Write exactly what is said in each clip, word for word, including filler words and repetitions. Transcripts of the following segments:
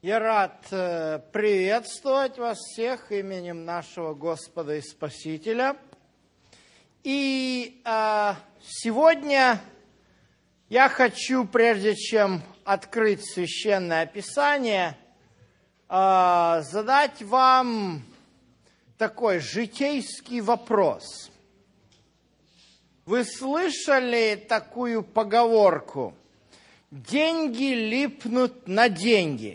Я рад приветствовать вас всех именем нашего Господа и Спасителя. И э, сегодня я хочу, прежде чем открыть Священное Писание, э, задать вам такой житейский вопрос. Вы слышали такую поговорку: «Деньги липнут на деньги».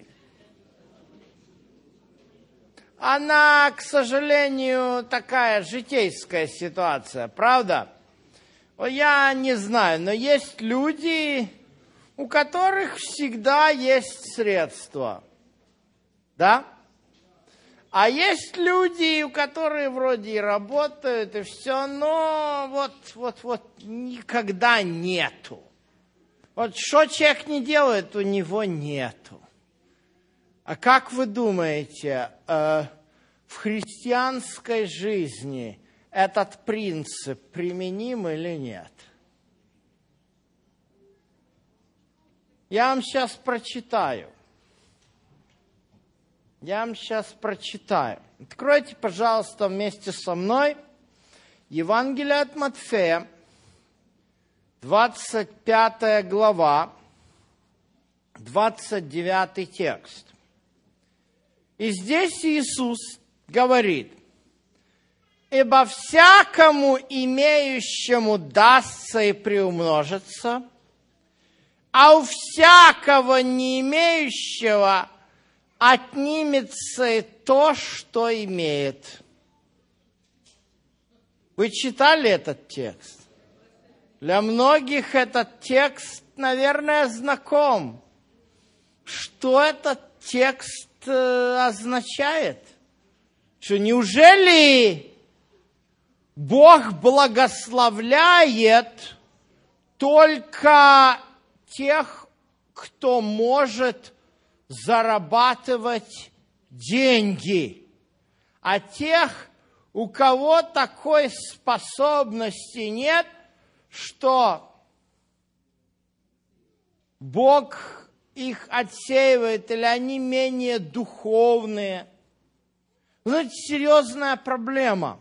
Она, к сожалению, такая житейская ситуация, правда? Я не знаю, но есть люди, у которых всегда есть средства, да? А есть люди, у которых вроде и работают, и все, но вот, вот, вот никогда нету. Вот что человек не делает, у него нету. А как вы думаете, э, в христианской жизни этот принцип применим или нет? Я вам сейчас прочитаю. Я вам сейчас прочитаю. Откройте, пожалуйста, вместе со мной Евангелие от Матфея, двадцать пятая глава, двадцать девятый текст. И здесь Иисус говорит: «Ибо всякому имеющему дастся и приумножится, а у всякого не имеющего отнимется и то, что имеет». Вы читали этот текст? Для многих этот текст, наверное, знаком. Что этот текст означает? Что неужели Бог благословляет только тех, кто может зарабатывать деньги, а тех, у кого такой способности нет, что Бог их отсеивает, или они менее духовные? Знаете, серьезная проблема.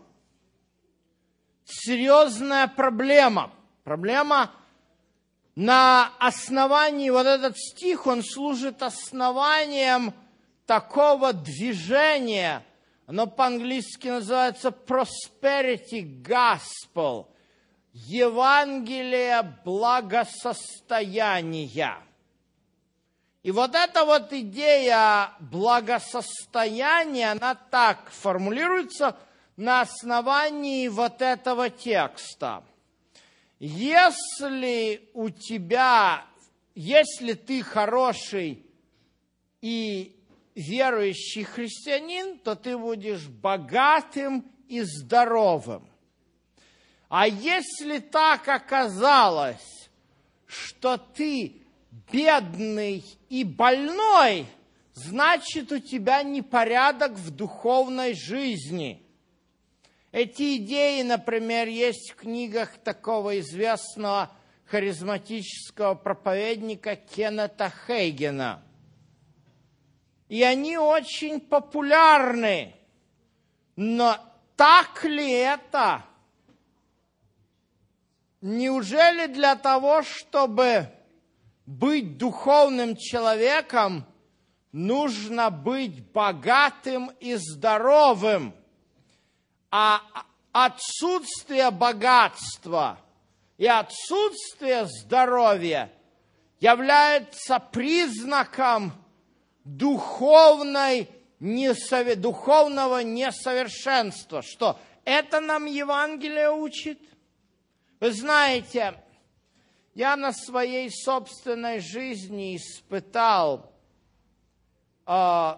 Серьезная проблема. Проблема на основании, вот этот стих, он служит основанием такого движения. Оно по-английски называется prosperity gospel. Евангелие благосостояния. И вот эта вот идея благосостояния, она так формулируется на основании вот этого текста. Если у тебя, если ты хороший и верующий христианин, то ты будешь богатым и здоровым. А если так оказалось, что ты бедный и больной, значит, у тебя непорядок в духовной жизни. Эти идеи, например, есть в книгах такого известного харизматического проповедника Кеннета Хейгена. И они очень популярны. Но так ли это? Неужели для того, чтобы быть духовным человеком, нужно быть богатым и здоровым? А отсутствие богатства и отсутствие здоровья является признаком духовной, несове... духовного несовершенства. Что? Это нам Евангелие учит? Вы знаете, я на своей собственной жизни испытал э,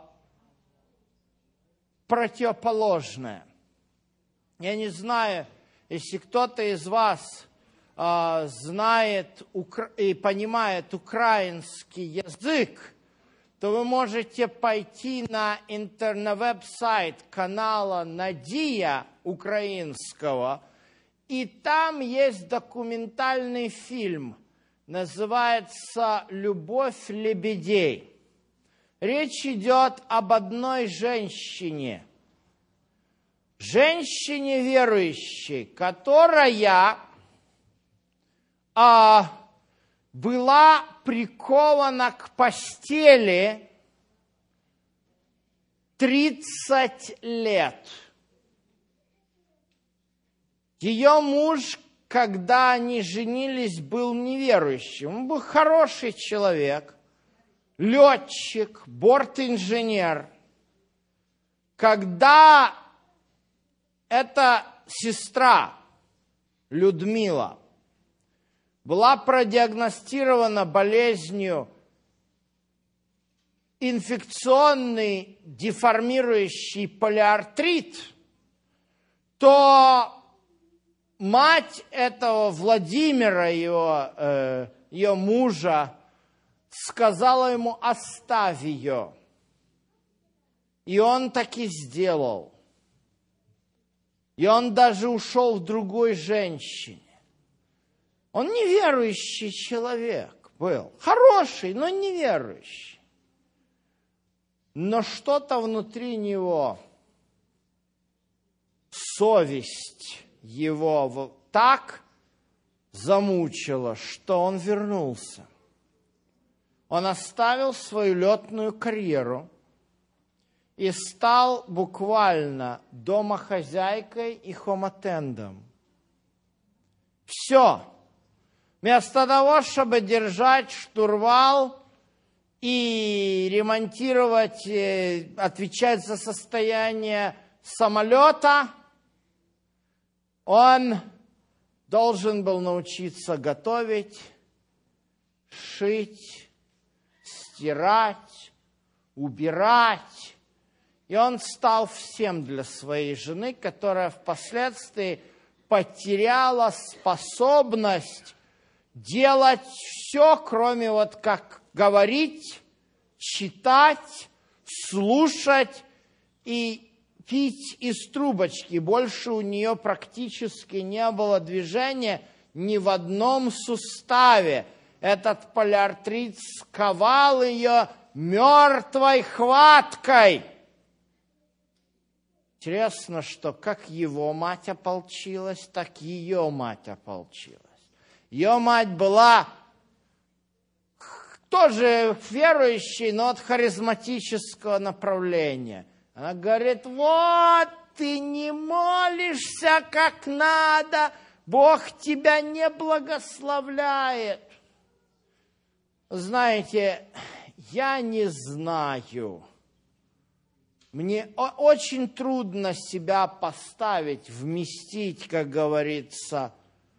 противоположное. Я не знаю, если кто-то из вас э, знает укра... и понимает украинский язык, то вы можете пойти на интернет-веб-сайт канала Надия украинского, и там есть документальный фильм, называется «Любовь лебедей». Речь идет об одной женщине. Женщине верующей, которая а, была прикована к постели тридцать лет. Ее муж, когда они женились, был неверующим. Он был хороший человек, летчик, бортинженер. Когда эта сестра Людмила была продиагностирована болезнью инфекционный деформирующий полиартрит, то мать этого Владимира, его, э, ее мужа, сказала ему: оставь ее. И он так и сделал. И он даже ушел к другой женщине. Он неверующий человек был. Хороший, но неверующий. Но что-то внутри него, совесть его так замучила, что он вернулся. Он оставил свою летную карьеру и стал буквально домохозяйкой и хомотендом. Все. Вместо того, чтобы держать штурвал и ремонтировать, отвечать за состояние самолета, он должен был научиться готовить, шить, стирать, убирать. И он стал всем для своей жены, которая впоследствии потеряла способность делать все, кроме вот как говорить, читать, слушать и пить из трубочки. Больше у нее практически не было движения ни в одном суставе. Этот полиартрит сковал ее мертвой хваткой. Интересно, что как его мать ополчилась, так ее мать ополчилась. Ее мать была тоже верующей, но от харизматического направления. Она говорит: вот ты не молишься как надо, Бог тебя не благословляет. Знаете, я не знаю. Мне очень трудно себя поставить, вместить, как говорится,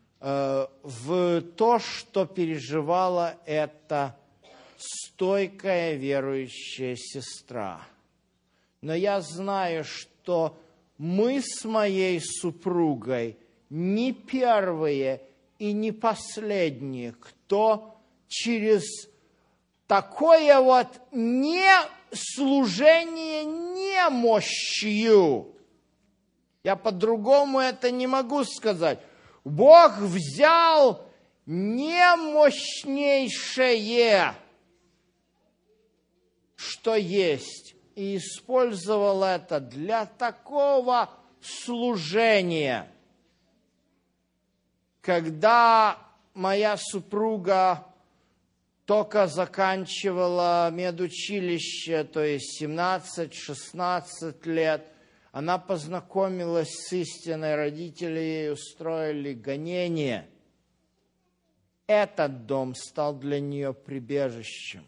в то, что переживала эта стойкая верующая сестра. Но я знаю, что мы с моей супругой не первые и не последние, кто через такое вот не служение немощью, я по-другому это не могу сказать, Бог взял немощнейшее, что есть, и использовал это для такого служения. Когда моя супруга только заканчивала медучилище, то есть семнадцать-шестнадцать лет, она познакомилась с истиной, родители ей устроили гонение. Этот дом стал для нее прибежищем.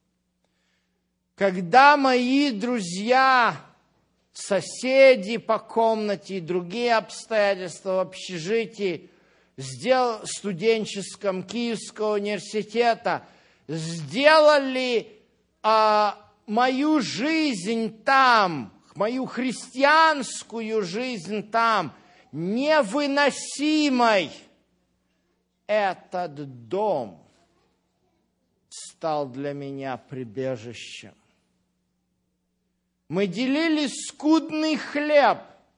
Когда мои друзья, соседи по комнате и другие обстоятельства в общежитии сдел... студенческом Киевского университета сделали а, мою жизнь там, мою христианскую жизнь там невыносимой, этот дом стал для меня прибежищем. Мы делили скудный хлеб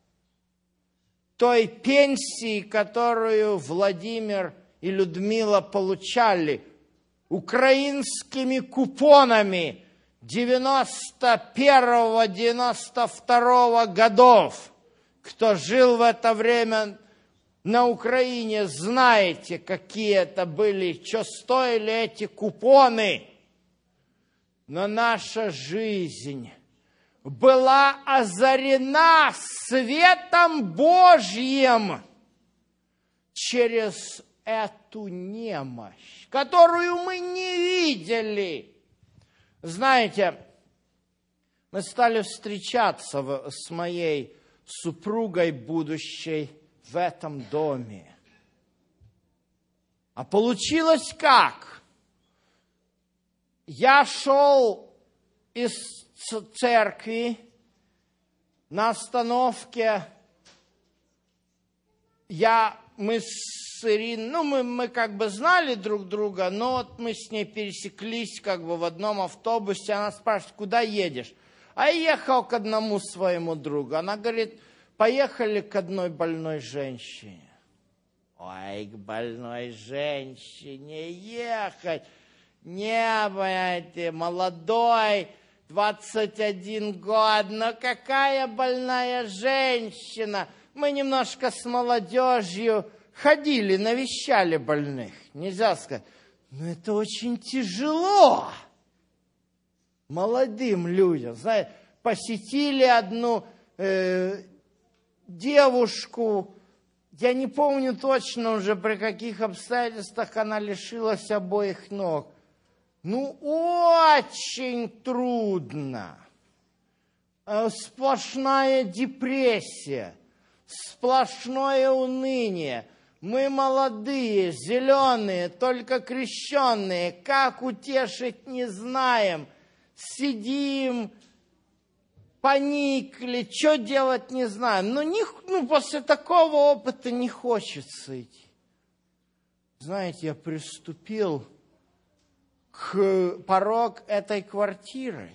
той пенсии, которую Владимир и Людмила получали, украинскими купонами девяносто первого — девяносто второго годов, кто жил в это время на Украине, знаете, какие это были, что стоили эти купоны. Но наша жизнь была озарена светом Божьим через эту немощь, которую мы не видели. Знаете, мы стали встречаться с моей супругой будущей в этом доме. А получилось как? Я шел из церкви на остановке. Я, мы с Ириной, ну, мы, мы как бы знали друг друга, но вот мы с ней пересеклись как бы в одном автобусе. Она спрашивает, куда едешь? А я ехал к одному своему другу. Она говорит, поехали к одной больной женщине. Ой, к больной женщине ехать. Не, понимаете, молодой, двадцать один год, но какая больная женщина. Мы немножко с молодежью ходили, навещали больных. Нельзя сказать, но это очень тяжело. Молодым людям, знаете, посетили одну э, девушку, я не помню точно уже, при каких обстоятельствах она лишилась обоих ног. Ну, очень трудно. Сплошная депрессия, сплошное уныние. Мы молодые, зеленые, только крещенные. Как утешить, не знаем. Сидим, поникли, что делать, не знаем. Но не, ну, после такого опыта не хочется идти. Знаете, я приступил к порог этой квартиры.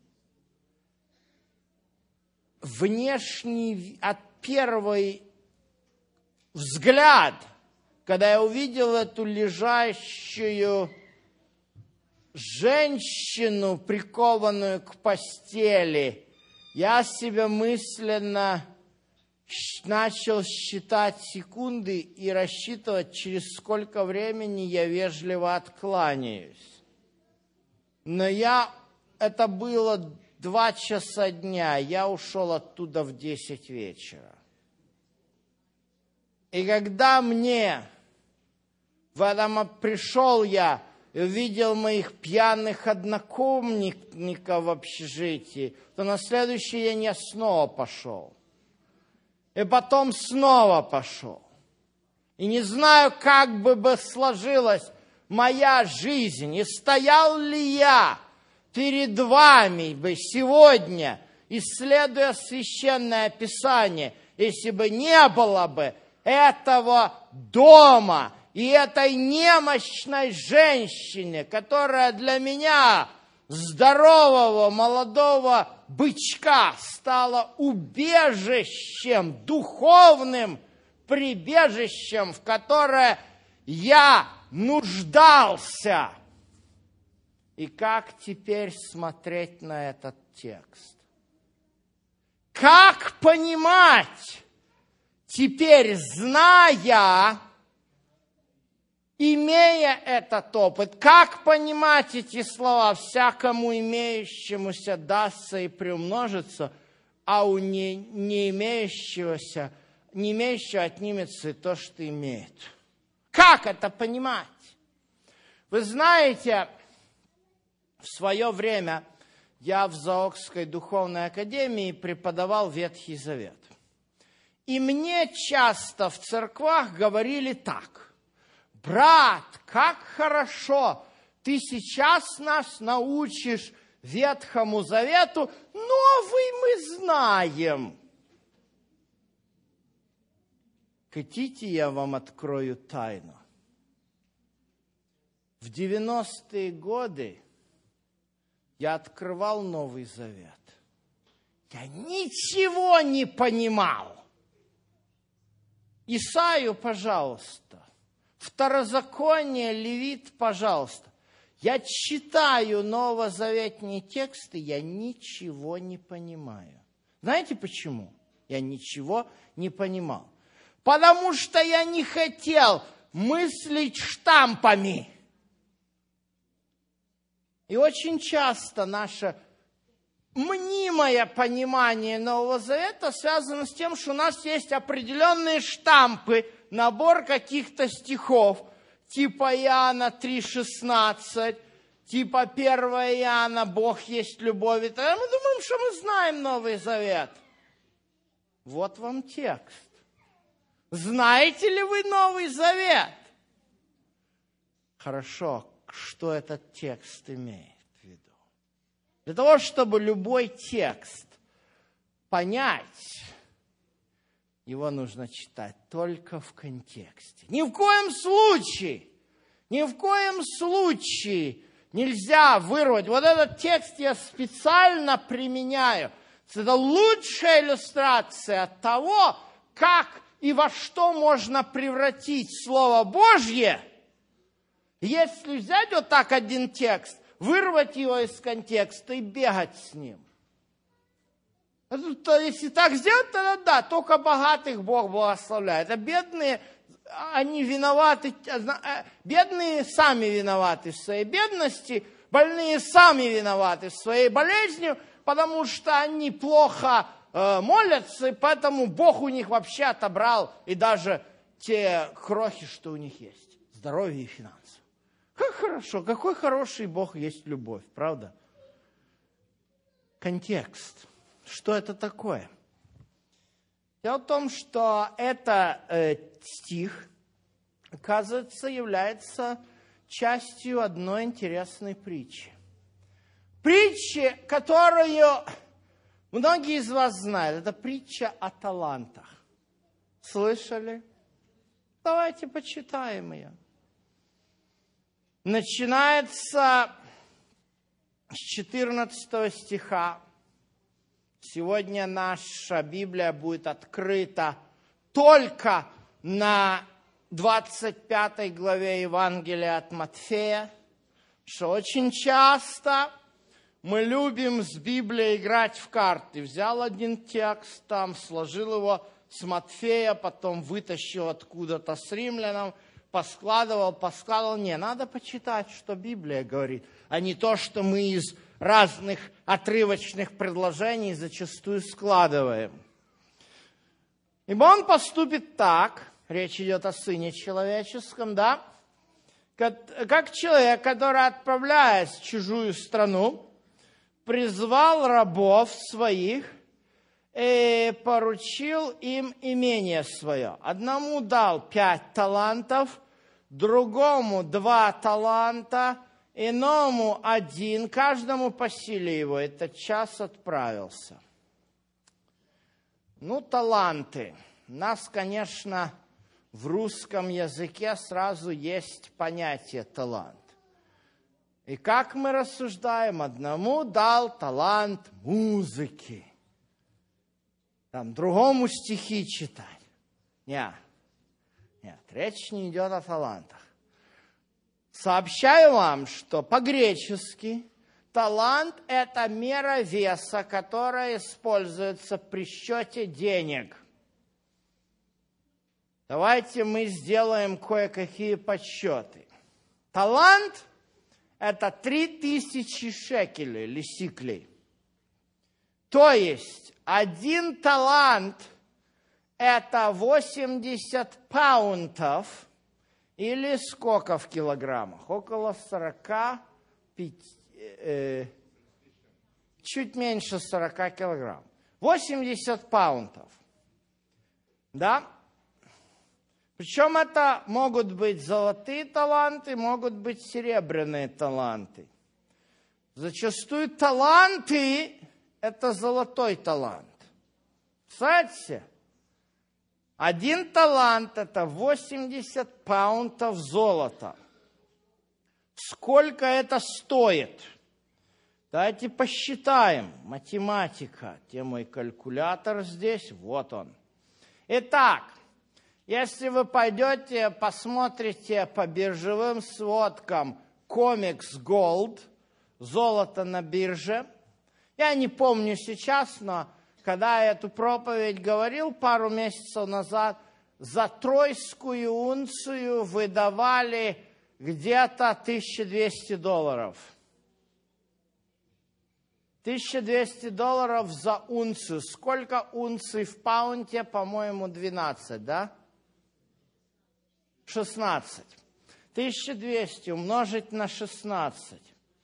Внешний, от первый взгляд, когда я увидел эту лежащую женщину, прикованную к постели, я себя мысленно начал считать секунды и рассчитывать, через сколько времени я вежливо откланяюсь. Но я, это было два часа дня, я ушел оттуда в десять вечера. И когда мне в этом пришел я, и увидел моих пьяных однокомников в общежитии, то на следующий день я снова пошел. И потом снова пошел. И не знаю, как бы бы сложилась моя жизнь, и стоял ли я перед вами бы сегодня, исследуя Священное Писание, если бы не было бы этого дома и этой немощной женщины, которая для меня, здорового молодого бычка, стала убежищем, духовным прибежищем, в которое я нуждался. И как теперь смотреть на этот текст? Как понимать, теперь зная, имея этот опыт, как понимать эти слова? Всякому имеющемуся дастся и приумножится, а у не, не имеющегося, не имеющего отнимется и то, что имеет. Как это понимать? Вы знаете, в свое время я в Заокской духовной академии преподавал Ветхий Завет. И мне часто в церквах говорили так: брат, как хорошо, ты сейчас нас научишь Ветхому Завету, новый мы знаем. Хотите, я вам открою тайну? В девяностые годы я открывал Новый Завет. Я ничего не понимал. Исаию, пожалуйста. Второзаконие, Левит, пожалуйста. Я читаю новозаветные тексты, я ничего не понимаю. Знаете почему? Я ничего не понимал. Потому что я не хотел мыслить штампами. И очень часто наше мнимое понимание Нового Завета связано с тем, что у нас есть определенные штампы, набор каких-то стихов, типа Иоанна три шестнадцать, типа первое Иоанна, Бог есть любовь. И тогда мы думаем, что мы знаем Новый Завет. Вот вам текст. Знаете ли вы Новый Завет? Хорошо, что этот текст имеет в виду? Для того, чтобы любой текст понять, его нужно читать только в контексте. Ни в коем случае, ни в коем случае нельзя вырвать. Вот этот текст я специально применяю. Это лучшая иллюстрация того, как и во что можно превратить Слово Божье, если взять вот так один текст, вырвать его из контекста и бегать с ним. Если так сделать, тогда да, только богатых Бог благословляет. А бедные, они виноваты, бедные сами виноваты в своей бедности, больные сами виноваты в своей болезни, потому что они плохо э, молятся, и поэтому Бог у них вообще отобрал и даже те крохи, что у них есть, здоровье и финансы. Как хорошо, какой хороший Бог есть любовь, правда? Контекст. Что это такое? Дело в том, что это э, стих, оказывается, является частью одной интересной притчи. Притчи, которую многие из вас знают. Это притча о талантах. Слышали? Давайте почитаем ее. Начинается с четырнадцатого стиха. Сегодня наша Библия будет открыта только на двадцать пятой главе Евангелия от Матфея, что очень часто мы любим с Библией играть в карты. Взял один текст, там сложил его с Матфея, потом вытащил откуда-то с римлянам, поскладывал, поскладывал. Не, надо почитать, что Библия говорит, а не то, что мы из разных отрывочных предложений зачастую складываем. Ибо он поступит так, речь идет о Сыне Человеческом, да, как, как человек, который, отправляясь в чужую страну, призвал рабов своих и поручил им имение свое. Одному дал пять талантов, другому два таланта, иному один, каждому по силе его. Этот час отправился. Ну, таланты. У нас, конечно, в русском языке сразу есть понятие талант. И как мы рассуждаем, одному дал талант музыки, там, другому стихи читать. Нет, нет, речь не идет о талантах. Сообщаю вам, что по-гречески талант – это мера веса, которая используется при счете денег. Давайте мы сделаем кое-какие подсчеты. Талант – это три тысячи шекелей или сиклей. То есть один талант – это восемьдесят паунтов, или сколько в килограммах? Около сорока пяти, э, чуть меньше сорока килограмм. восемьдесят паунтов. Да? Причем это могут быть золотые таланты, могут быть серебряные таланты. Зачастую таланты – это золотой талант. Представляете? Один талант – это восемьдесят паунтов золота. Сколько это стоит? Давайте посчитаем. Математика. Где мой калькулятор здесь? Вот он. Итак, если вы пойдете, посмотрите по биржевым сводкам Комекс Голд, золото на бирже. Я не помню сейчас, но когда я эту проповедь говорил пару месяцев назад, за тройскую унцию выдавали где-то тысячу двести долларов. тысяча двести долларов за унцию. Сколько унций в паунте? По-моему, двенадцать, да? шестнадцать. тысяча двести умножить на шестнадцать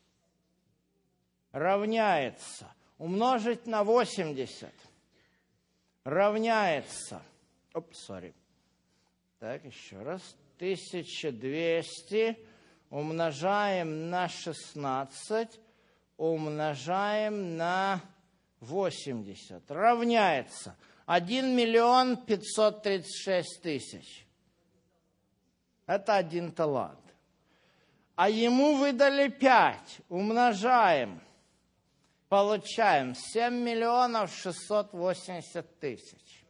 равняется, умножить на восемьдесят равняется, оп, сори, так, еще раз, тысяча двести умножаем на шестнадцать, умножаем на восемьдесят, равняется один миллион пятьсот тридцать шесть тысяч. Это один талант. А ему выдали пять, умножаем, получаем семь миллионов шестьсот восемьдесят тысяч.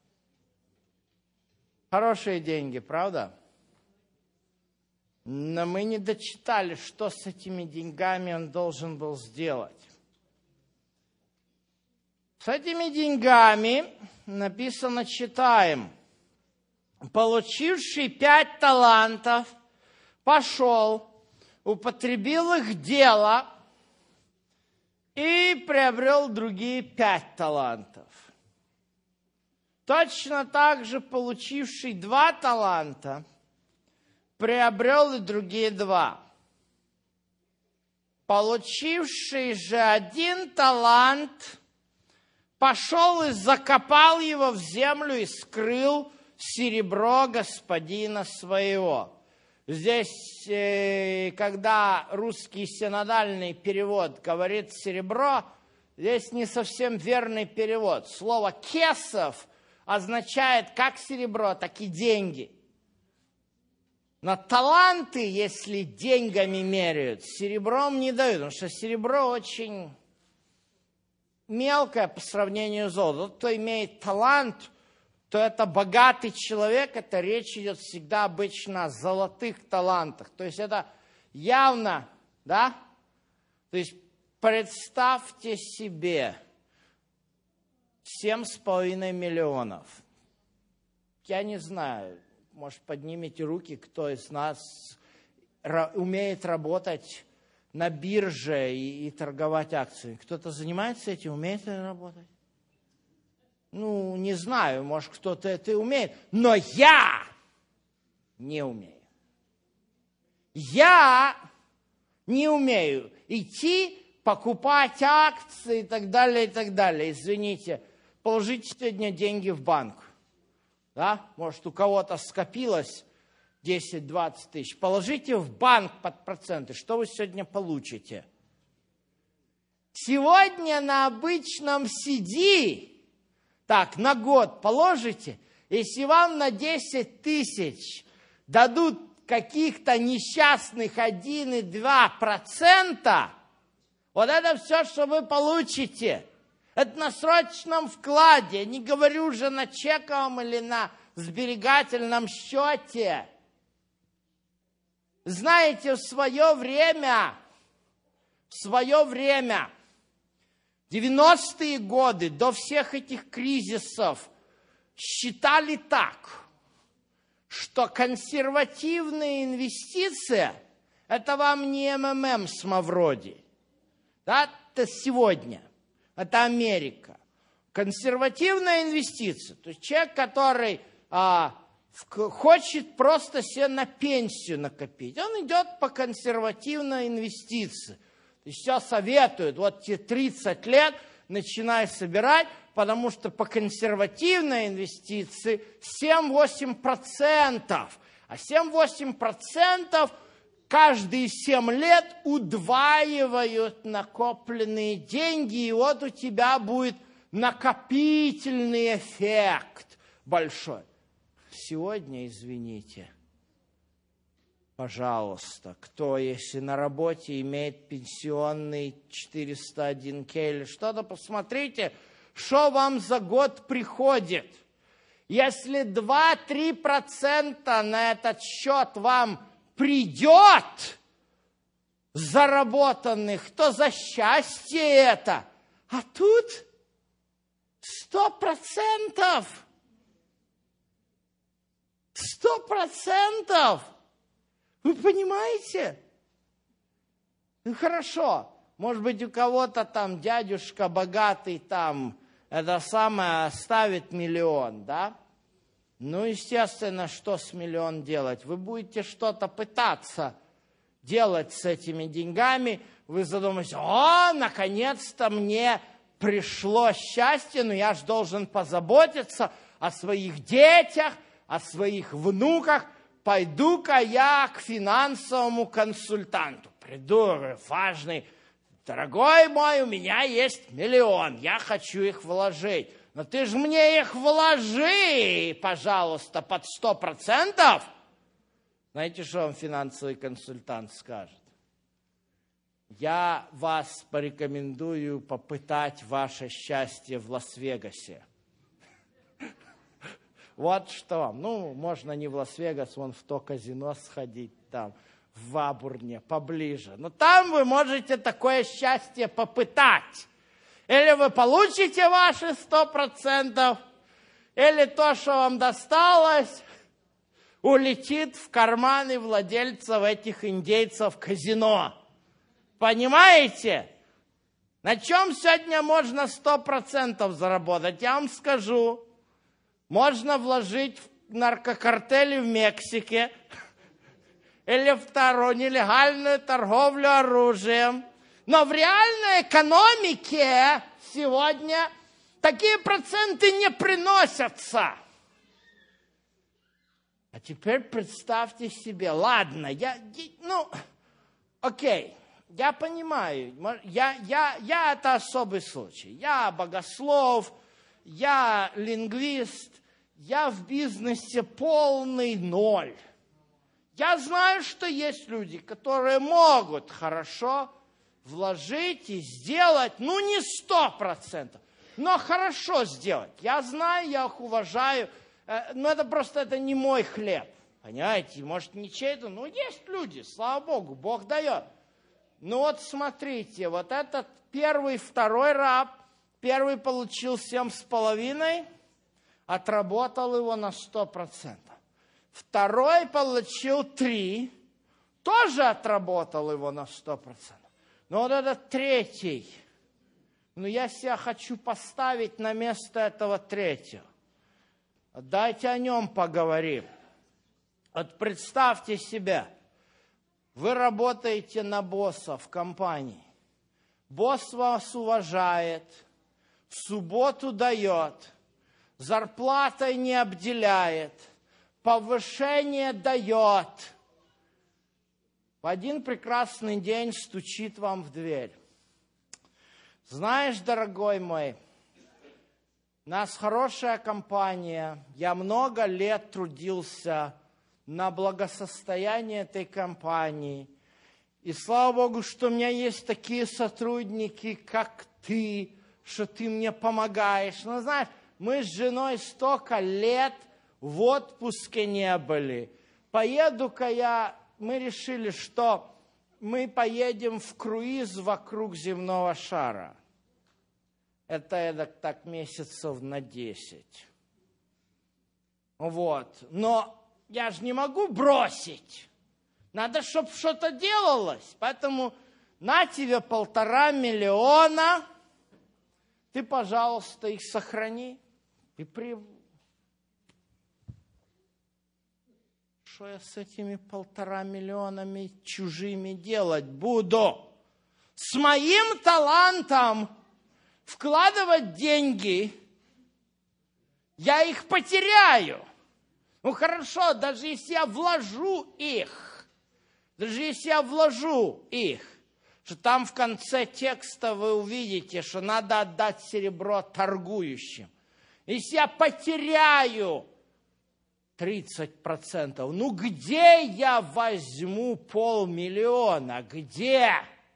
Хорошие деньги, правда? Но мы не дочитали, что с этими деньгами он должен был сделать. С этими деньгами написано, читаем, получивший пять талантов, пошел, употребил их дело и приобрел другие пять талантов. Точно так же получивший два таланта, приобрел и другие два. Получивший же один талант, пошел и закопал его в землю и скрыл серебро господина своего. Здесь, когда русский синодальный перевод говорит «серебро», здесь не совсем верный перевод. Слово «кесов» означает как серебро, так и деньги. Но таланты, если деньгами меряют, серебром не дают, потому что серебро очень мелкое по сравнению с золотом. Тот, кто имеет талант, то это богатый человек, это речь идет всегда обычно о золотых талантах. То есть это явно, да? То есть представьте себе семь с половиной миллионов. Я не знаю, может, поднимите руки, кто из нас умеет работать на бирже и, и торговать акциями. Кто-то занимается этим, умеет работать? Ну, не знаю, может, кто-то это умеет, но я не умею. Я не умею идти, покупать акции и так далее, и так далее. Извините, положите сегодня деньги в банк. Да? Может, у кого-то скопилось десять-двадцать тысяч. Положите в банк под проценты. Что вы сегодня получите? Сегодня на обычном си ди, так, на год положите, если вам на десять тысяч дадут каких-то несчастных один и два процента, вот это все, что вы получите. Это на срочном вкладе, не говорю уже на чековом или на сберегательном счете. Знаете, в свое время, в свое время, девяностые годы, до всех этих кризисов, считали так, что консервативные инвестиции – это вам не эм эм эм с Мавроди. Да, это сегодня. Это Америка. Консервативная инвестиция. То есть человек, который а, в, хочет просто себе на пенсию накопить, он идет по консервативной инвестиции. То есть все советуют, вот тебе тридцать лет, начинай собирать, потому что по консервативной инвестиции семь-восемь процентов. А семь-восемь процентов каждые семь лет удваивают накопленные деньги, и вот у тебя будет накопительный эффект большой. Сегодня, извините, пожалуйста, кто, если на работе имеет пенсионный четыреста один кей или что-то, посмотрите, что вам за год приходит. Если два-три процента на этот счет вам придет, заработанных, то за счастье это. А тут сто процентов. Сто процентов. Вы понимаете? Ну хорошо. Может быть, у кого-то там дядюшка богатый там это самое оставит миллион, да? Ну, естественно, что с миллион делать? Вы будете что-то пытаться делать с этими деньгами. Вы задумаетесь, о, наконец-то мне пришло счастье, но я же должен позаботиться о своих детях, о своих внуках. Пойду-ка я к финансовому консультанту. Приду, говорю, важный, дорогой мой, у меня есть миллион, я хочу их вложить. Но ты же мне их вложи, пожалуйста, под сто процентов. Знаете, что вам финансовый консультант скажет? Я вас порекомендую попытать ваше счастье в Лас-Вегасе. Вот что. Ну, можно не в Лас-Вегас, вон в то казино сходить там, в Абурне, поближе. Но там вы можете такое счастье попытать. Или вы получите ваши сто процентов, или то, что вам досталось, улетит в карманы владельцев этих индейцев казино. Понимаете? На чем сегодня можно сто процентов заработать? Я вам скажу. Можно вложить в наркокартели в Мексике или вторую нелегальную торговлю оружием. Но в реальной экономике сегодня такие проценты не приносятся. А теперь представьте себе, ладно, я, ну, окей, я понимаю, я, я, я это особый случай. Я богослов, я лингвист, я в бизнесе полный ноль. Я знаю, что есть люди, которые могут хорошо вложить и сделать, ну не сто процентов, но хорошо сделать. Я знаю, я их уважаю, но это просто это не мой хлеб. Понимаете, может не чей-то, но есть люди, слава Богу, Бог дает. Ну вот смотрите, вот этот первый, второй раб, первый получил семь с половиной, отработал его на сто процентов. Второй получил три, тоже отработал его на сто процентов. Но вот этот третий, ну я себя хочу поставить на место этого третьего. Дайте о нем поговорим. Вот представьте себе, вы работаете на босса в компании. Босс вас уважает, в субботу дает, зарплатой не обделяет, повышение дает. В один прекрасный день стучит вам в дверь. Знаешь, дорогой мой, у нас хорошая компания, я много лет трудился на благосостояние этой компании. И слава Богу, что у меня есть такие сотрудники, как ты, что ты мне помогаешь. Но знаешь, мы с женой столько лет в отпуске не были. Поеду-ка я... Мы решили, что мы поедем в круиз вокруг земного шара. Это, это так месяцев на десять. Вот. Но я же не могу бросить. Надо, чтобы что-то делалось. Поэтому на тебе полтора миллиона. Ты, пожалуйста, их сохрани. И при... Что я с этими полтора миллионами чужими делать буду? С моим талантом вкладывать деньги, я их потеряю. Ну хорошо, даже если я вложу их, даже если я вложу их, что там в конце текста вы увидите, что надо отдать серебро торгующим. Если я потеряю тридцать процентов. Ну, где я возьму полмиллиона? Где?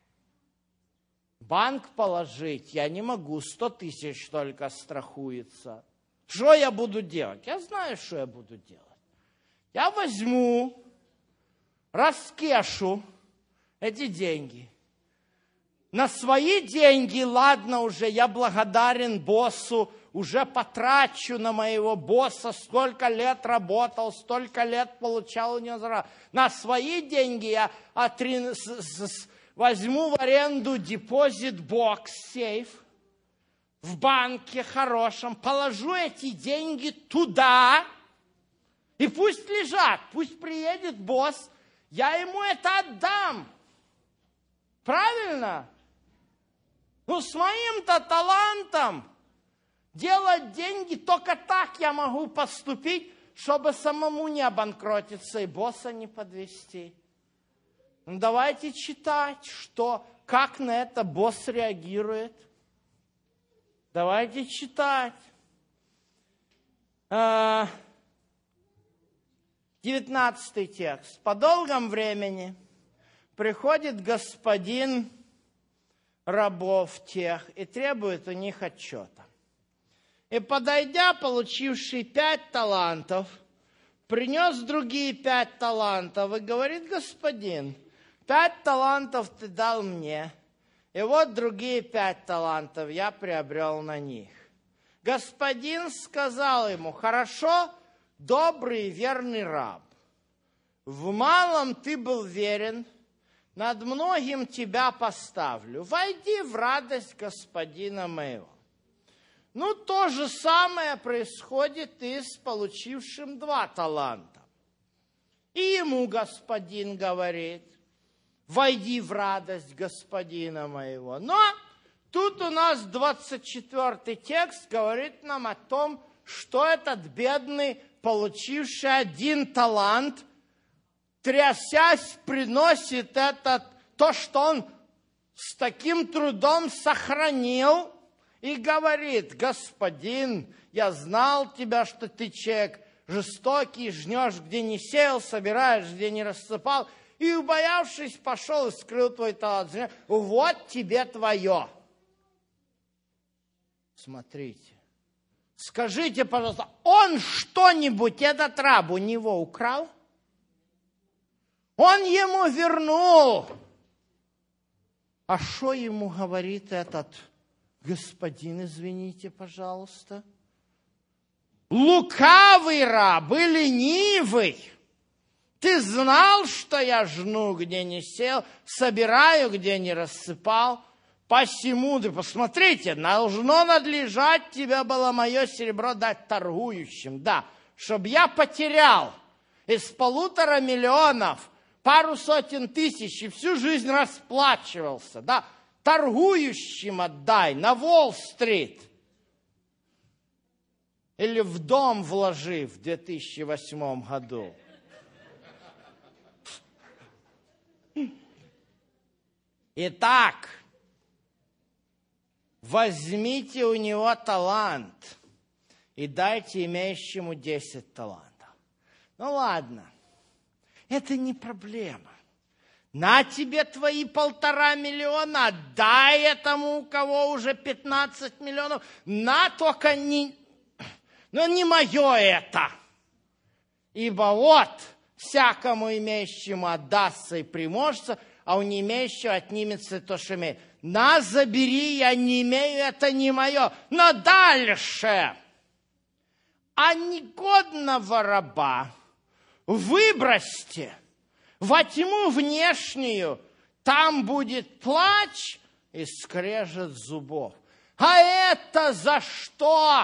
Банк положить я не могу. Сто тысяч только страхуется. Что я буду делать? Я знаю, что я буду делать. Я возьму, раскешу эти деньги. На свои деньги, ладно уже, я благодарен боссу, уже потрачу на моего босса, сколько лет работал, столько лет получал у него зарплату. На свои деньги я отрин... возьму в аренду депозит-бокс, сейф, в банке хорошем, положу эти деньги туда, и пусть лежат, пусть приедет босс, я ему это отдам. Правильно? Ну, с моим-то талантом делать деньги, только так я могу поступить, чтобы самому не обанкротиться и босса не подвести. Ну, давайте читать, что, как на это босс реагирует. Давайте читать. девятнадцатый текст. По долгом времени приходит господин рабов тех и требует у них отчета. И, подойдя, получивший пять талантов, принес другие пять талантов и говорит: господин, пять талантов ты дал мне, и вот другие пять талантов я приобрел на них. Господин сказал ему: хорошо, добрый и верный раб, в малом ты был верен, над многим тебя поставлю. Войди в радость господина моего. Ну, то же самое происходит и с получившим два таланта. И ему господин говорит: войди в радость господина моего. Но тут у нас двадцать четвёртый текст говорит нам о том, что этот бедный, получивший один талант, трясясь, приносит этот, то, что он с таким трудом сохранил, и говорит: господин, я знал тебя, что ты человек жестокий, жнешь, где не сеял, собираешь, где не рассыпал, и, убоявшись, пошел и скрыл твой талант. Вот тебе твое. Смотрите. Скажите, пожалуйста, он что-нибудь, этот раб, у него украл? Он ему вернул. А что ему говорит этот господин, извините, пожалуйста? Лукавый раб и ленивый. Ты знал, что я жну, где не сел, собираю, где не рассыпал. Посему, да посмотрите, должно надлежать тебе было мое серебро дать торгующим. Да, чтобы я потерял из полутора миллионов пару сотен тысяч и всю жизнь расплачивался. Да, торгующим отдай на Уолл-стрит. Или в дом вложи в две тысячи восьмом году. Итак, возьмите у него талант и дайте имеющему десять талантов. Ну ладно, это не проблема. На тебе твои полтора миллиона, дай этому, у кого уже пятнадцать миллионов, на только не... Но не мое это. Ибо вот всякому имеющему отдастся и приможется, а у не имеющего отнимется то, что имеет. На, забери, я не имею, это не мое. Но дальше. А негодного раба выбросьте во тьму внешнюю, там будет плач и скрежет зубов. А это за что?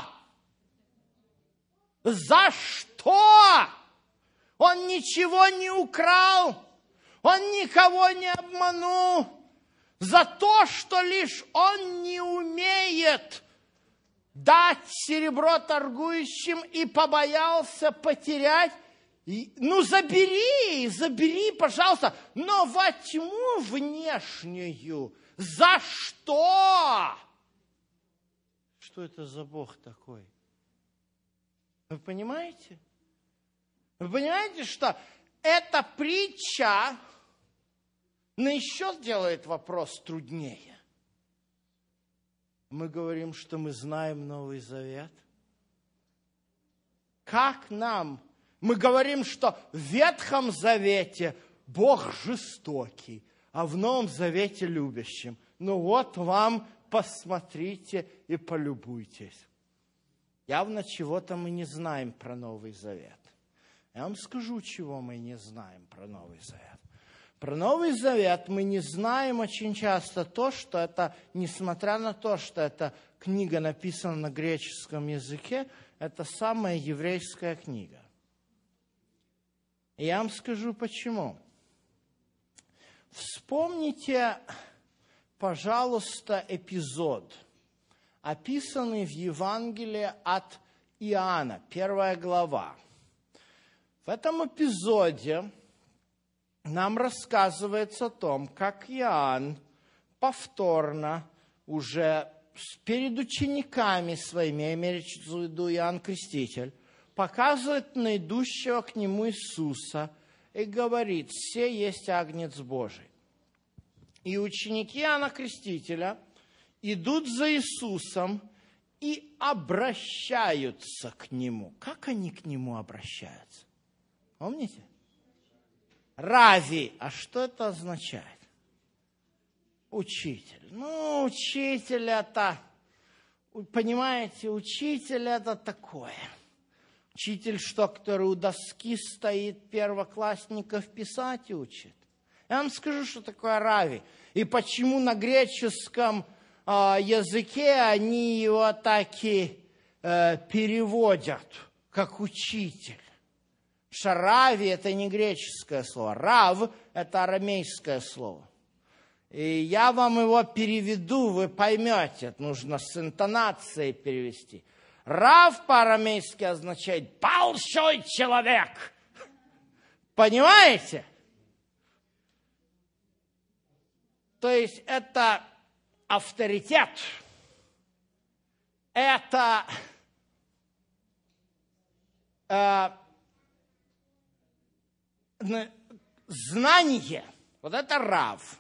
За что? Он ничего не украл, он никого не обманул. За то, что лишь он не умеет дать серебро торгующим и побоялся потерять. Ну, забери, забери, пожалуйста, но во тьму внешнюю. За что? Что это за Бог такой? Вы понимаете? Вы понимаете, что эта притча, но еще делает вопрос труднее. Мы говорим, что мы знаем Новый Завет. Как нам? Мы говорим, что в Ветхом Завете Бог жестокий, а в Новом Завете любящим. Ну вот вам, посмотрите и полюбуйтесь. Явно чего-то мы не знаем про Новый Завет. Я вам скажу, чего мы не знаем про Новый Завет. Про Новый Завет мы не знаем очень часто то, что это, несмотря на то, что эта книга написана на греческом языке, это самая еврейская книга. И я вам скажу почему. Вспомните, пожалуйста, эпизод, описанный в Евангелии от Иоанна, первая глава. В этом эпизоде нам рассказывается о том, как Иоанн повторно уже перед учениками своими, я имею в виду Иоанн Креститель, показывает на идущего к нему Иисуса и говорит: «Се есть Агнец Божий». И ученики Иоанна Крестителя идут за Иисусом и обращаются к Нему. Как они к Нему обращаются? Помните? Рави. А что это означает? Учитель. Ну, учитель это, понимаете, учитель это такое. Учитель, что, который у доски стоит, первоклассников писать учит. Я вам скажу, что такое рави. И почему на греческом э, языке они его так и э, переводят, как учитель. Шарави – это не греческое слово. Рав – это арамейское слово. И я вам его переведу, вы поймете. Это нужно с интонацией перевести. Рав по-арамейски означает «большой человек». Понимаете? То есть это авторитет. Это э, знание. Вот это рав.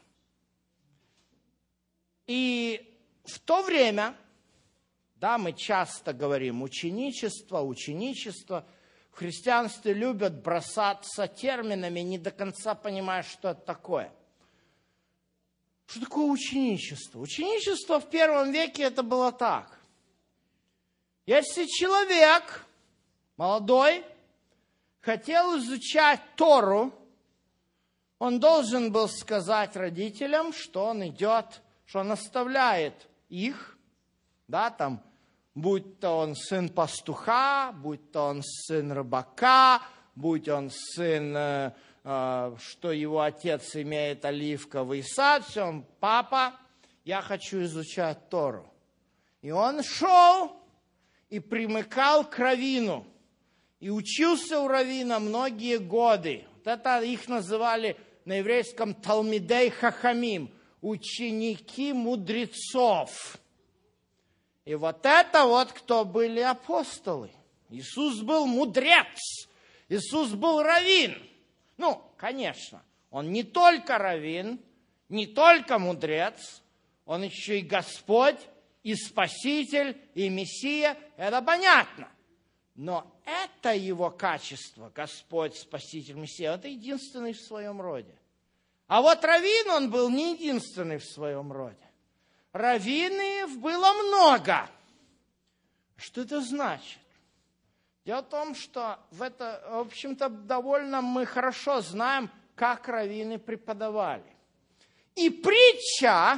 И в то время, да, мы часто говорим ученичество, ученичество. В христианстве любят бросаться терминами, не до конца понимая, что это такое. Что такое ученичество? Ученичество в первом веке это было так. Если человек молодой хотел изучать Тору, он должен был сказать родителям, что он идет, что он оставляет их, да, там, будь то он сын пастуха, будь то он сын рыбака, будь он сын, э, э, что его отец имеет оливковый сад, все, он, папа, я хочу изучать Тору. И он шел и примыкал к раввину, и учился у раввина многие годы. Вот это их называли на еврейском талмидей хахамим, ученики мудрецов. И вот это вот кто были апостолы. Иисус был мудрец, Иисус был раввин. Ну, конечно, он не только раввин, не только мудрец, он еще и Господь, и Спаситель, и Мессия, это понятно. Но это его качество, Господь, Спаситель, Мессия, это единственный в своем роде. А вот раввин, он был не единственный в своем роде. Раввинов было много. Что это значит? Дело в том, что в, это, в общем-то, довольно мы хорошо знаем, как раввины преподавали. И притча,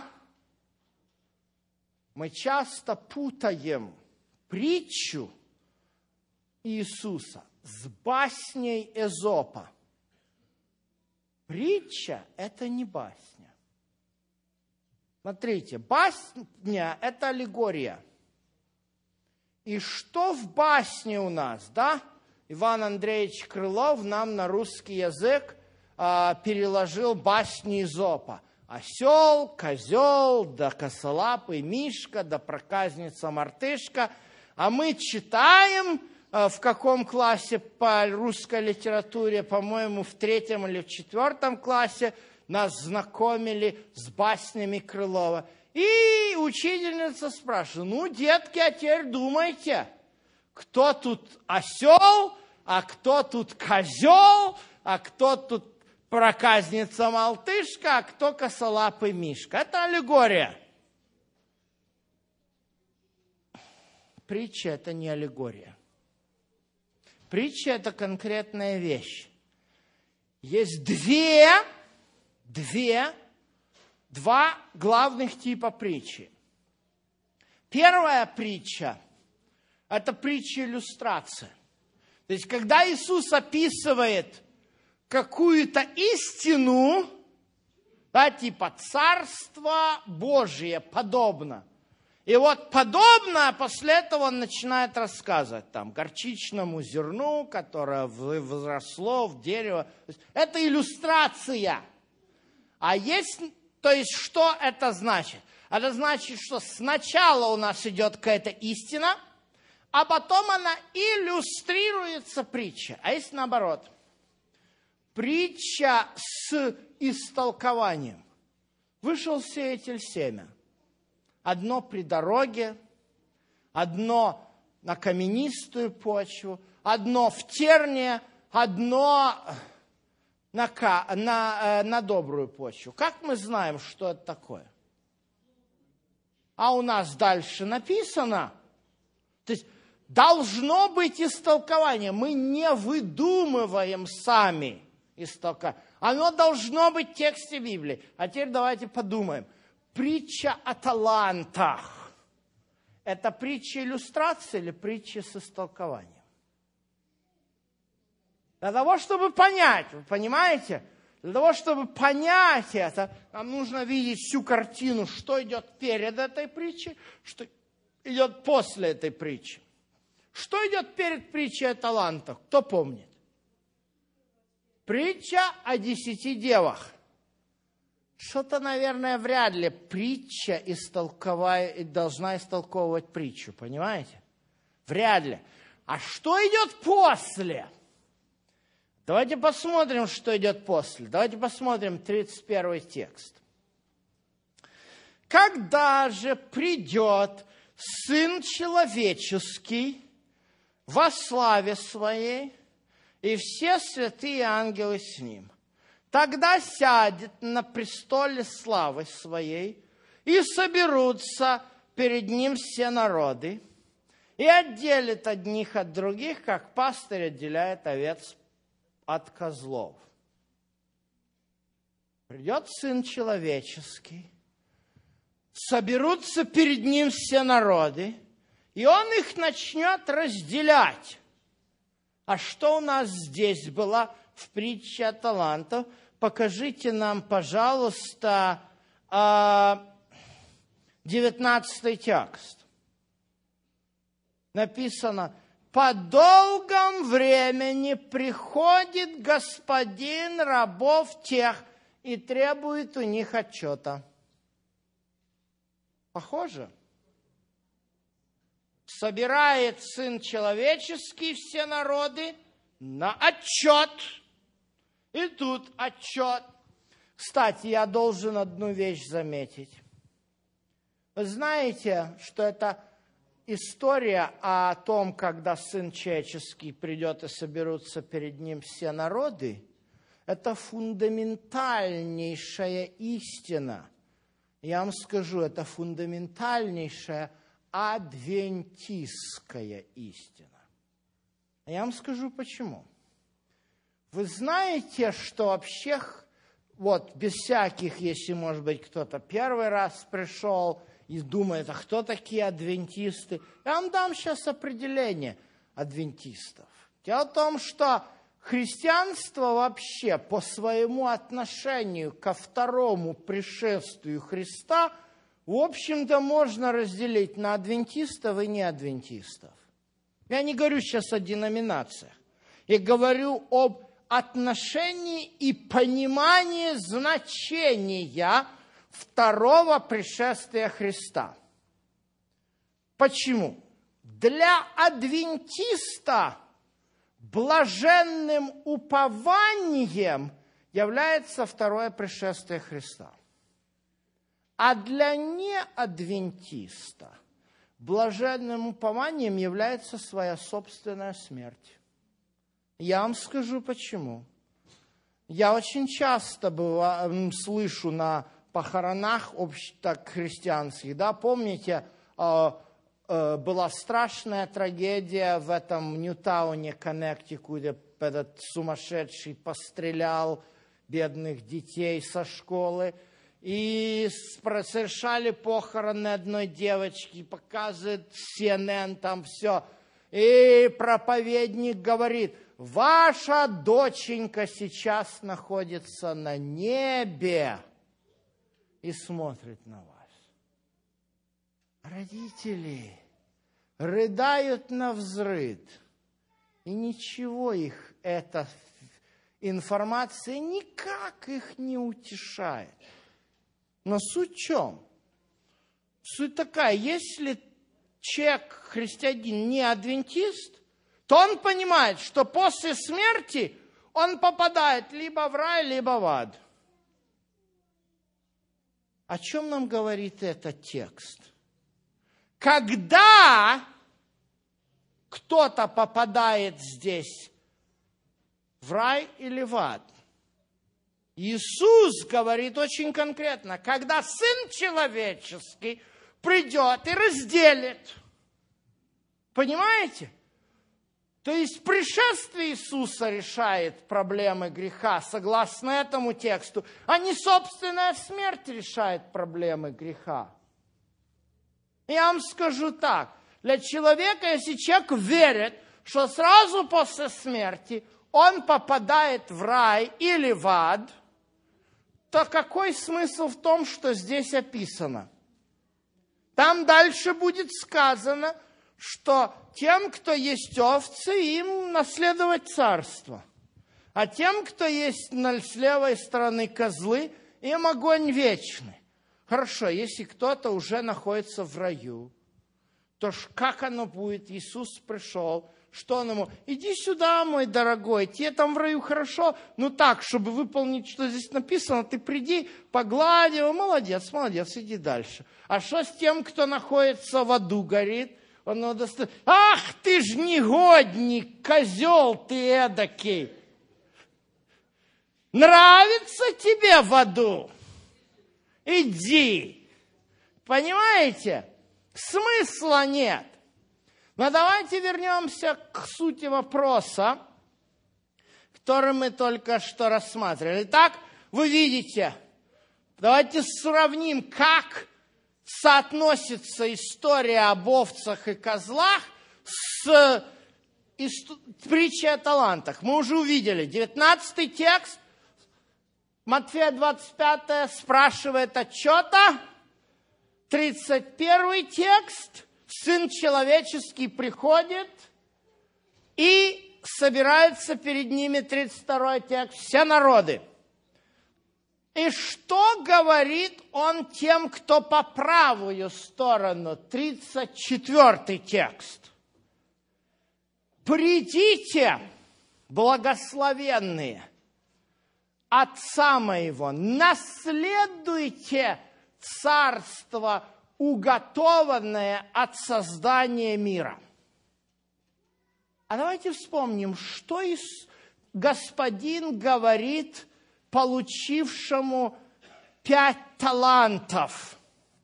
мы часто путаем притчу Иисуса с басней Эзопа. Притча – это не басня. Смотрите, басня – это аллегория. И что в басне у нас, да? Иван Андреевич Крылов нам на русский язык а, переложил басни Эзопа. Осел, козел, да косолапый Мишка, да проказница Мартышка. А мы читаем а, в каком классе по русской литературе, по-моему, в третьем или в четвертом классе, нас знакомили с баснями Крылова. И учительница спрашивает: ну, детки, а теперь думайте, кто тут осел, а кто тут козел, а кто тут проказница-малтышка, а кто косолапый мишка. Это аллегория. Притча – это не аллегория. Притча – это конкретная вещь. Есть две, две, два главных типа притчи. Первая притча – это притча-иллюстрация. То есть, когда Иисус описывает какую-то истину, да, типа Царство Божие, подобно. И вот подобное, после этого он начинает рассказывать там горчичному зерну, которое возросло в дерево. Это иллюстрация. А есть, то есть, что это значит? Это значит, что сначала у нас идет какая-то истина, а потом она иллюстрируется притчей. А есть наоборот. Притча с истолкованием. Вышел сеятель семя. Одно при дороге, одно на каменистую почву, одно в терне, одно на, на, на добрую почву. Как мы знаем, что это такое? А у нас дальше написано, то есть должно быть истолкование. Мы не выдумываем сами истолкование. Оно должно быть в тексте Библии. А теперь давайте подумаем. Притча о талантах. Это притча иллюстрации или притча с истолкованием? Для того, чтобы понять, вы понимаете? Для того, чтобы понять это, нам нужно видеть всю картину, что идет перед этой притчей, что идет после этой притчи. Что идет перед притчей о талантах? Кто помнит? Притча о десяти девах. Что-то, наверное, вряд ли притча истолковая, должна истолковывать притчу, понимаете? Вряд ли. А что идет после? Давайте посмотрим, что идет после. Давайте посмотрим тридцать первый текст. «Когда же придет Сын Человеческий во славе Своей, и все святые ангелы с Ним, тогда сядет на престоле славы Своей, и соберутся перед Ним все народы, и отделит одних от других, как пастырь отделяет овец от козлов. Придет Сын Человеческий, соберутся перед Ним все народы, и Он их начнет разделять. А что у нас здесь было в притче о талантах? Покажите нам, пожалуйста, девятнадцатый текст. Написано: «По долгом времени приходит господин рабов тех и требует у них отчета». Похоже? Собирает Сын Человеческий все народы на отчет. И тут отчет. Кстати, я должен одну вещь заметить. Вы знаете, что это история о том, когда Сын Человеческий придет и соберутся перед Ним все народы, это фундаментальнейшая истина. Я вам скажу, это фундаментальнейшая адвентистская истина. Я вам скажу почему. Вы знаете, что вообще, вот без всяких, если, может быть, кто-то первый раз пришел и думает, а кто такие адвентисты? Я вам дам сейчас определение адвентистов. Дело в том, что христианство вообще по своему отношению ко второму пришествию Христа, в общем-то, можно разделить на адвентистов и неадвентистов. Я не говорю сейчас о деноминациях. Я говорю об отношении и понимании значения второго пришествия Христа. Почему? Для адвентиста блаженным упованием является второе пришествие Христа. А для неадвентиста блаженным упованием является своя собственная смерть. Я вам скажу почему. Я очень часто быва, слышу на похоронах так христианских, да, помните, э, э, была страшная трагедия в этом Ньютауне, Коннектикуте, этот сумасшедший пострелял бедных детей со школы, и совершали похороны одной девочки, показывает си эн эн там все, и проповедник говорит: ваша доченька сейчас находится на небе и смотрит на вас. Родители рыдают навзрыд, и ничего их эта информация никак их не утешает. Но суть в чем? Суть такая: если человек, христианин, не адвентист, то он понимает, что после смерти он попадает либо в рай, либо в ад. О чем нам говорит этот текст? Когда кто-то попадает здесь в рай или в ад, Иисус говорит очень конкретно: когда Сын Человеческий придет и разделит. Понимаете? То есть пришествие Иисуса решает проблемы греха, согласно этому тексту, а не собственная смерть решает проблемы греха. Я вам скажу так: для человека, если человек верит, что сразу после смерти он попадает в рай или в ад, то какой смысл в том, что здесь описано? Там дальше будет сказано, что тем, кто есть овцы, им наследовать царство. А тем, кто есть с левой стороны козлы, им огонь вечный. Хорошо, если кто-то уже находится в раю, то ж как оно будет? Иисус пришел, что он ему: иди сюда, мой дорогой, тебе там в раю хорошо, ну так, чтобы выполнить, что здесь написано, ты приди, погладь его, молодец, молодец, иди дальше. А что с тем, кто находится в аду, горит? Он его достает: ах, ты ж негодник, козел ты эдакий. Нравится тебе в аду? Иди. Понимаете? Смысла нет. Но давайте вернемся к сути вопроса, который мы только что рассматривали. Итак, вы видите, давайте сравним, как соотносится история об овцах и козлах с притчей о талантах. Мы уже увидели девятнадцатый текст, Матфея двадцать пятое спрашивает отчета, тридцать первый текст, Сын Человеческий приходит, и собираются перед ними, тридцать второй текст, все народы. И что говорит он тем, кто по правую сторону? тридцать четвёртый текст. «Придите, благословенные, Отца моего, наследуйте царство, уготованное от создания мира». А давайте вспомним, что Господин говорит получившему пять талантов.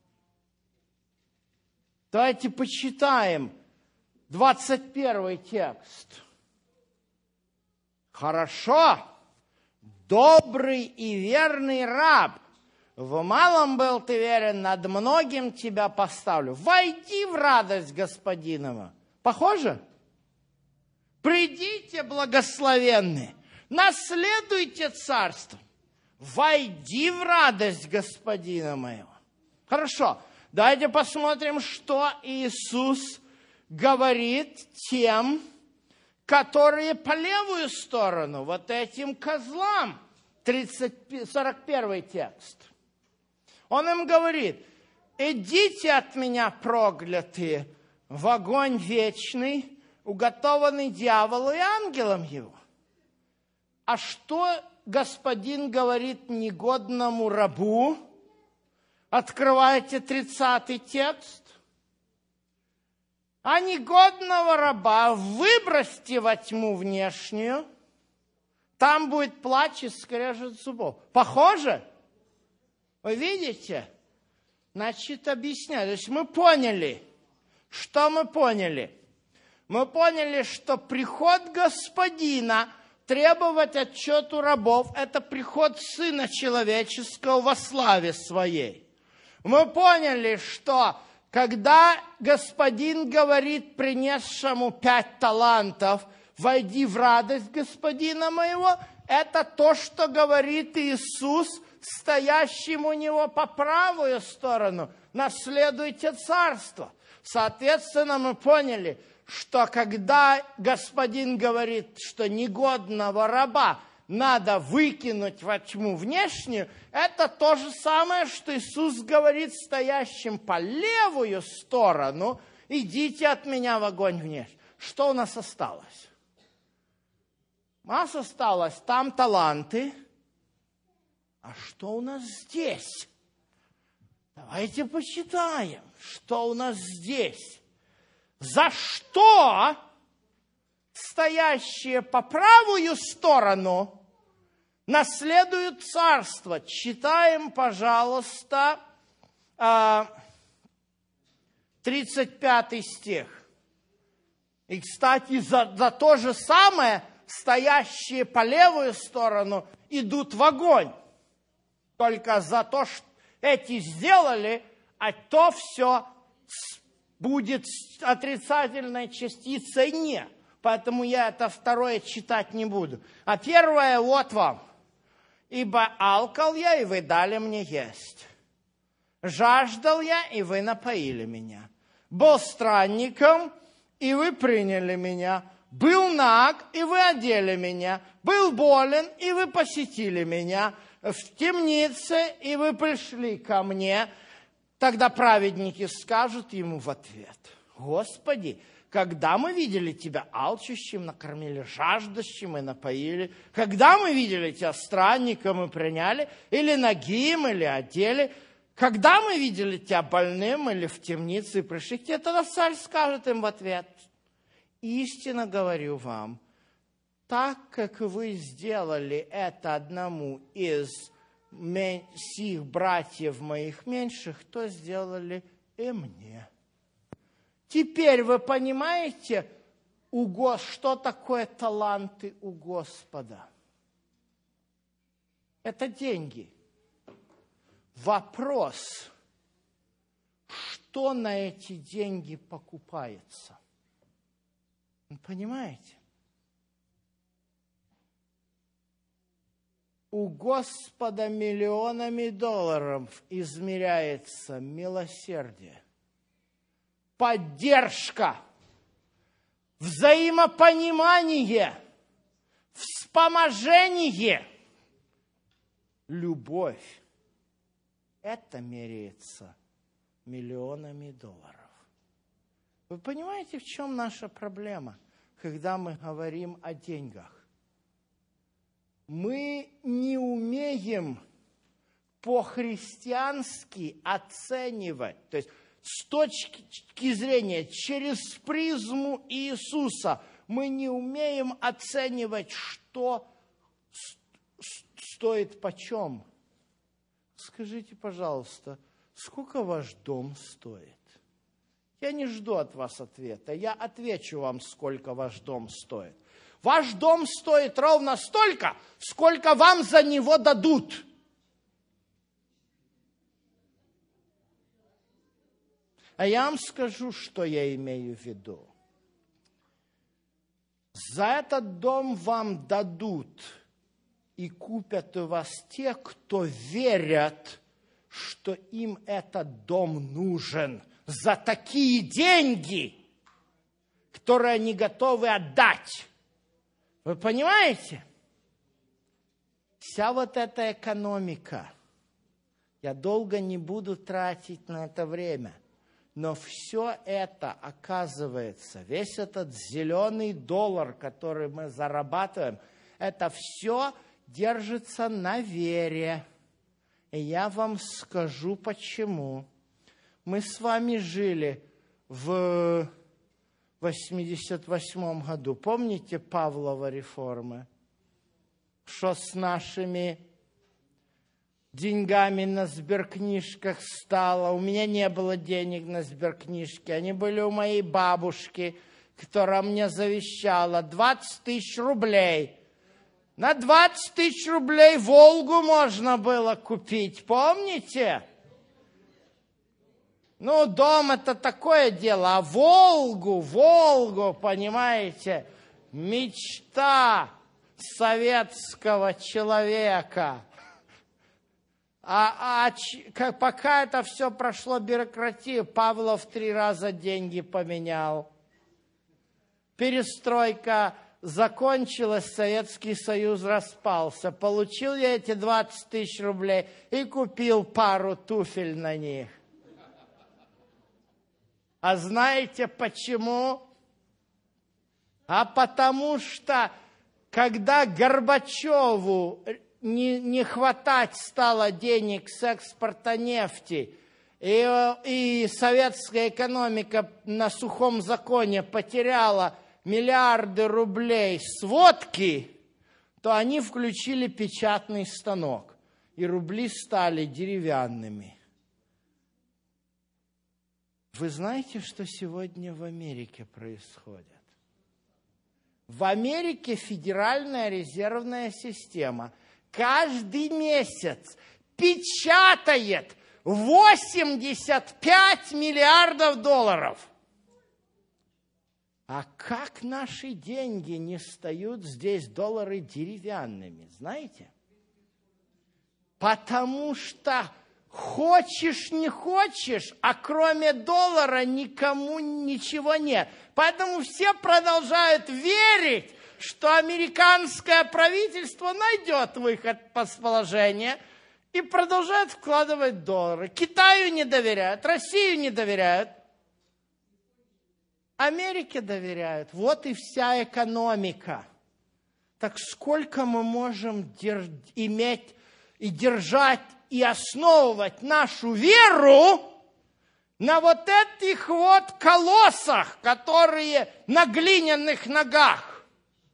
Давайте почитаем двадцать первый текст. «Хорошо, добрый и верный раб, в малом был ты верен, над многим тебя поставлю. Войди в радость господинова». Похоже? «Придите, благословенные, наследуйте царство, войди в радость господина моего». Хорошо, давайте посмотрим, что Иисус говорит тем, которые по левую сторону, вот этим козлам. тридцать, сорок первый текст. Он им говорит: идите от меня, проклятые, в огонь вечный, уготованный дьяволу и ангелам его. А что Господин говорит негодному рабу? Открывайте тридцатый текст. «А негодного раба выбросьте во тьму внешнюю, там будет плач и скрежет зубов. Похоже? Вы видите? Значит, объясняю. То есть мы поняли. Что мы поняли? Мы поняли, что приход Господина, требовать отчет у рабов, это приход Сына Человеческого во славе Своей. Мы поняли, что когда Господин говорит принесшему пять талантов, войди в радость Господина моего, это то, что говорит Иисус, стоящим у него по правую сторону, наследуйте царство. Соответственно, мы поняли, что когда Господин говорит, что негодного раба надо выкинуть во тьму внешнюю, это то же самое, что Иисус говорит стоящим по левую сторону, идите от меня в огонь внешний. Что у нас осталось? У нас осталось там таланты, а что у нас здесь? Давайте почитаем, что у нас здесь. За что стоящие по правую сторону наследуют царство? Читаем, пожалуйста, тридцать пятый стих. И, кстати, за, за то же самое стоящие по левую сторону идут в огонь. Только за то, что эти сделали, а то все будет отрицательной частицей «не». Поэтому я это второе читать не буду. А первое вот вам. «Ибо алкал я, и вы дали мне есть. Жаждал я, и вы напоили меня. Был странником, и вы приняли меня. Был наг, и вы одели меня. Был болен, и вы посетили меня. В темнице, и вы пришли ко мне». Тогда праведники скажут ему в ответ: «Господи, когда мы видели Тебя алчущим, накормили, жаждущим и напоили? Когда мы видели Тебя странником и приняли? Или нагим, или одели? Когда мы видели Тебя больным или в темнице и пришли к Тебе?» Тогда царь скажет им в ответ: «Истинно говорю вам, так как вы сделали это одному из сих братьев моих меньших, то сделали и мне». Теперь вы понимаете, что такое таланты у Господа? Это деньги. Вопрос, что на эти деньги покупается? Вы понимаете? У Господа миллионами долларов измеряется милосердие, поддержка, взаимопонимание, вспоможение, любовь. Это меряется миллионами долларов. Вы понимаете, в чем наша проблема, когда мы говорим о деньгах? Мы не умеем по-христиански оценивать, то есть с точки зрения, через призму Иисуса, мы не умеем оценивать, что стоит почем. Скажите, пожалуйста, сколько ваш дом стоит? Я не жду от вас ответа, я отвечу вам, сколько ваш дом стоит. Ваш дом стоит ровно столько, сколько вам за него дадут. А я вам скажу, что я имею в виду. За этот дом вам дадут и купят у вас те, кто верят, что им этот дом нужен за такие деньги, которые они готовы отдать. Вы понимаете? Вся вот эта экономика, я долго не буду тратить на это время, но все это, оказывается, весь этот зеленый доллар, который мы зарабатываем, это все держится на вере. И я вам скажу, почему. Мы с вами жили в восемьдесят восьмом году. Помните Павлова реформы? что с нашими деньгами на сберкнижках стало. У меня не было денег на сберкнижке. Они были у моей бабушки, которая мне завещала двадцать тысяч рублей. На двадцать тысяч рублей «Волгу» можно было купить, помните? Ну, дом – это такое дело, а «Волгу», «Волгу», понимаете, мечта советского человека. А, а как, пока это все прошло бюрократию, Павлов три раза деньги поменял. Перестройка закончилась, Советский Союз распался. Получил я эти двадцать тысяч рублей и купил пару туфель на них. А знаете почему? А потому что, когда Горбачеву не, не хватать стало денег с экспорта нефти, и, и советская экономика на сухом законе потеряла миллиарды рублей с водки, то они включили печатный станок, и рубли стали деревянными. Вы знаете, что сегодня в Америке происходит? В Америке федеральная резервная система каждый месяц печатает восемьдесят пять миллиардов долларов. А как наши деньги не стают здесь доллары деревянными, знаете? Потому что хочешь, не хочешь, а кроме доллара никому ничего нет. Поэтому все продолжают верить, что американское правительство найдет выход из положения и продолжают вкладывать доллары. Китаю не доверяют, Россию не доверяют, Америке доверяют. Вот и вся экономика. Так сколько мы можем дер- иметь и держать и основывать нашу веру на вот этих вот колоссах, которые на глиняных ногах?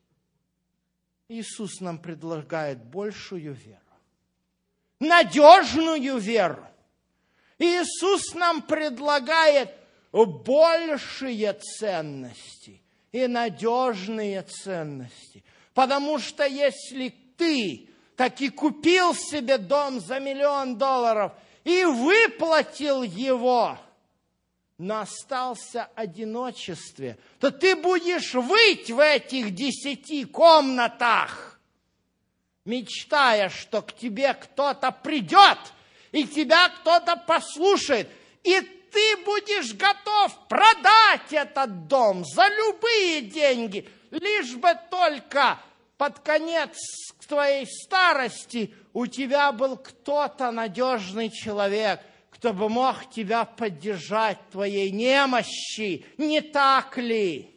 Иисус нам предлагает большую веру, надежную веру. Иисус нам предлагает большие ценности и надежные ценности. Потому что если ты таки купил себе дом за миллион долларов и выплатил его, но остался в одиночестве, то ты будешь выть в этих десяти комнатах, мечтая, что к тебе кто-то придет, и тебя кто-то послушает, и ты будешь готов продать этот дом за любые деньги, лишь бы только под конец твоей старости у тебя был кто-то надежный человек, кто бы мог тебя поддержать в твоей немощи. Не так ли?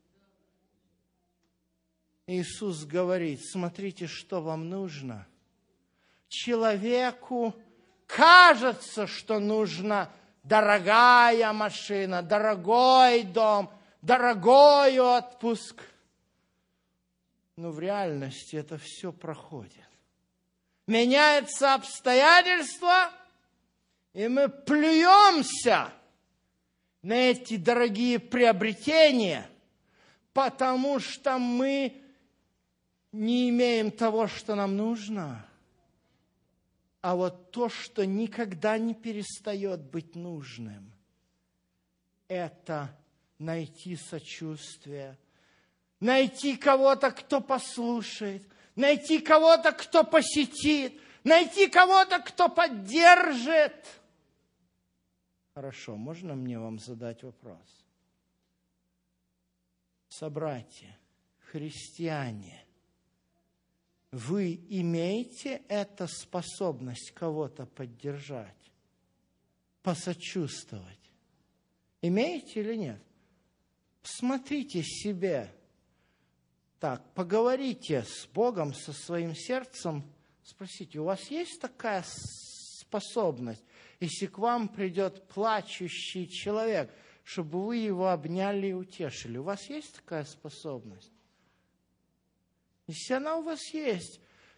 Иисус говорит: смотрите, что вам нужно. Человеку кажется, что нужна дорогая машина, дорогой дом, дорогой отпуск. Но в реальности это все проходит. Меняются обстоятельства, и мы плюемся на эти дорогие приобретения, потому что мы не имеем того, что нам нужно. А вот то, что никогда не перестает быть нужным, это найти сочувствие, найти кого-то, кто послушает, найти кого-то, кто посетит, найти кого-то, кто поддержит. Хорошо, можно мне вам задать вопрос? Собратья, христиане, вы имеете эту способность кого-то поддержать, посочувствовать? Имеете или нет? Посмотрите себе. Так, поговорите с Богом, со своим сердцем, спросите, у вас есть такая способность, если к вам придет плачущий человек, чтобы вы его обняли и утешили? У вас есть такая способность? Если она у вас есть,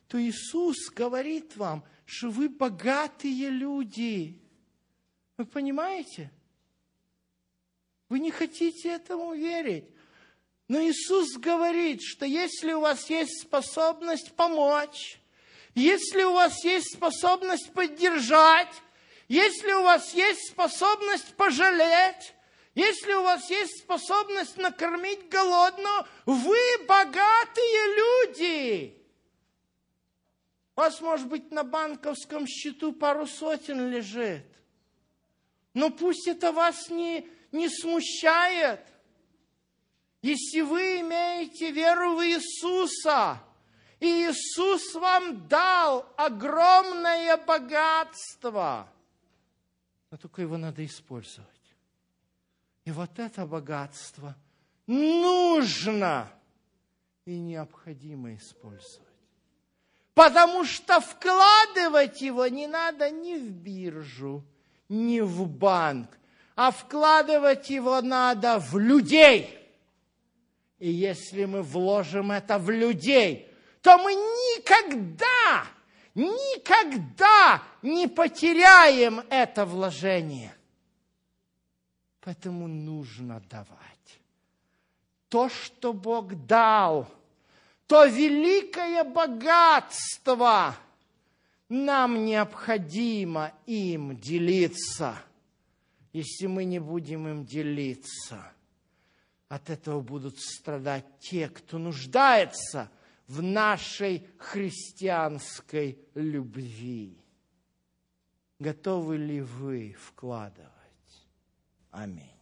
то Иисус говорит вам, что вы богатые люди. Вы понимаете? Вы не хотите этому верить. Но Иисус говорит, что если у вас есть способность помочь, если у вас есть способность поддержать, если у вас есть способность пожалеть, если у вас есть способность накормить голодного, вы богатые люди. У вас, может быть, на банковском счету пару сотен лежит. Но пусть это вас не, не смущает. Если вы имеете веру в Иисуса, и Иисус вам дал огромное богатство, но только его надо использовать. И вот это богатство нужно и необходимо использовать. Потому что вкладывать его не надо ни в биржу, ни в банк, а вкладывать его надо в людей. И если мы вложим это в людей, то мы никогда, никогда не потеряем это вложение. Поэтому нужно давать. То, что Бог дал, то великое богатство, нам необходимо им делиться. Если мы не будем им делиться, от этого будут страдать те, кто нуждается в нашей христианской любви. Готовы ли вы вкладывать? Аминь.